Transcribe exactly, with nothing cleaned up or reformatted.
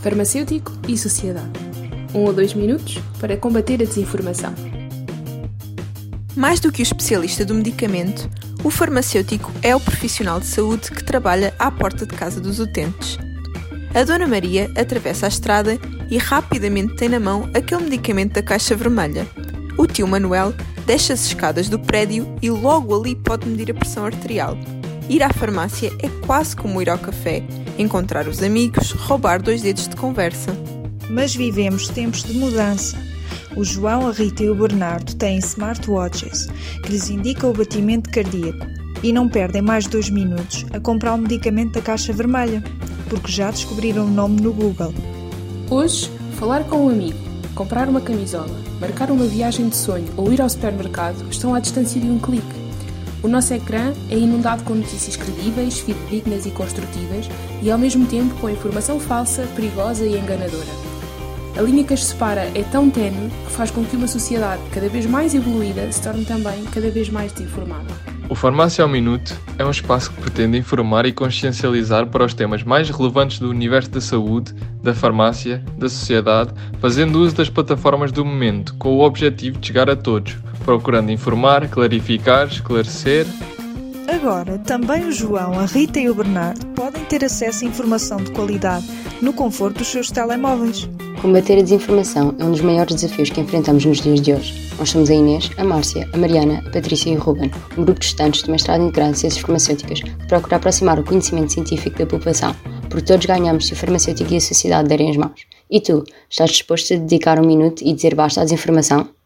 farmacêutico e sociedade. Um ou dois minutos para combater a desinformação. Mais do que o especialista do medicamento, o farmacêutico é o profissional de saúde que trabalha à porta de casa dos utentes. A Dona Maria atravessa a estrada e rapidamente tem na mão aquele medicamento da caixa vermelha. O tio Manuel desce as escadas do prédio e logo ali pode medir a pressão arterial. Ir à farmácia é quase como ir ao café, encontrar os amigos, roubar dois dedos de conversa. Mas vivemos tempos de mudança. O João, a Rita e o Bernardo têm smartwatches que lhes indicam o batimento cardíaco e não perdem mais de dois minutos a comprar o medicamento da caixa vermelha, porque já descobriram o nome no Google. Hoje, falar com um amigo, comprar uma camisola, marcar uma viagem de sonho ou ir ao supermercado estão à distância de um clique. O nosso ecrã é inundado com notícias credíveis, fidedignas e construtivas e ao mesmo tempo com informação falsa, perigosa e enganadora. A linha que as separa é tão ténue que faz com que uma sociedade cada vez mais evoluída se torne também cada vez mais desinformada. O Farmácia ao Minuto é um espaço que pretende informar e consciencializar para os temas mais relevantes do universo da saúde, da farmácia, da sociedade, fazendo uso das plataformas do momento, com o objetivo de chegar a todos, procurando informar, clarificar, esclarecer. Agora, também o João, a Rita e o Bernardo podem ter acesso a informação de qualidade no conforto dos seus telemóveis. Combater a desinformação é um dos maiores desafios que enfrentamos nos dias de hoje. Nós somos a Inês, a Márcia, a Mariana, a Patrícia e o Ruben, um grupo de estudantes do mestrado integrado em Ciências Farmacêuticas que procura aproximar o conhecimento científico da população, porque todos ganhamos se o farmacêutico e a sociedade derem as mãos. E tu, estás disposto a dedicar um minuto e dizer basta à desinformação?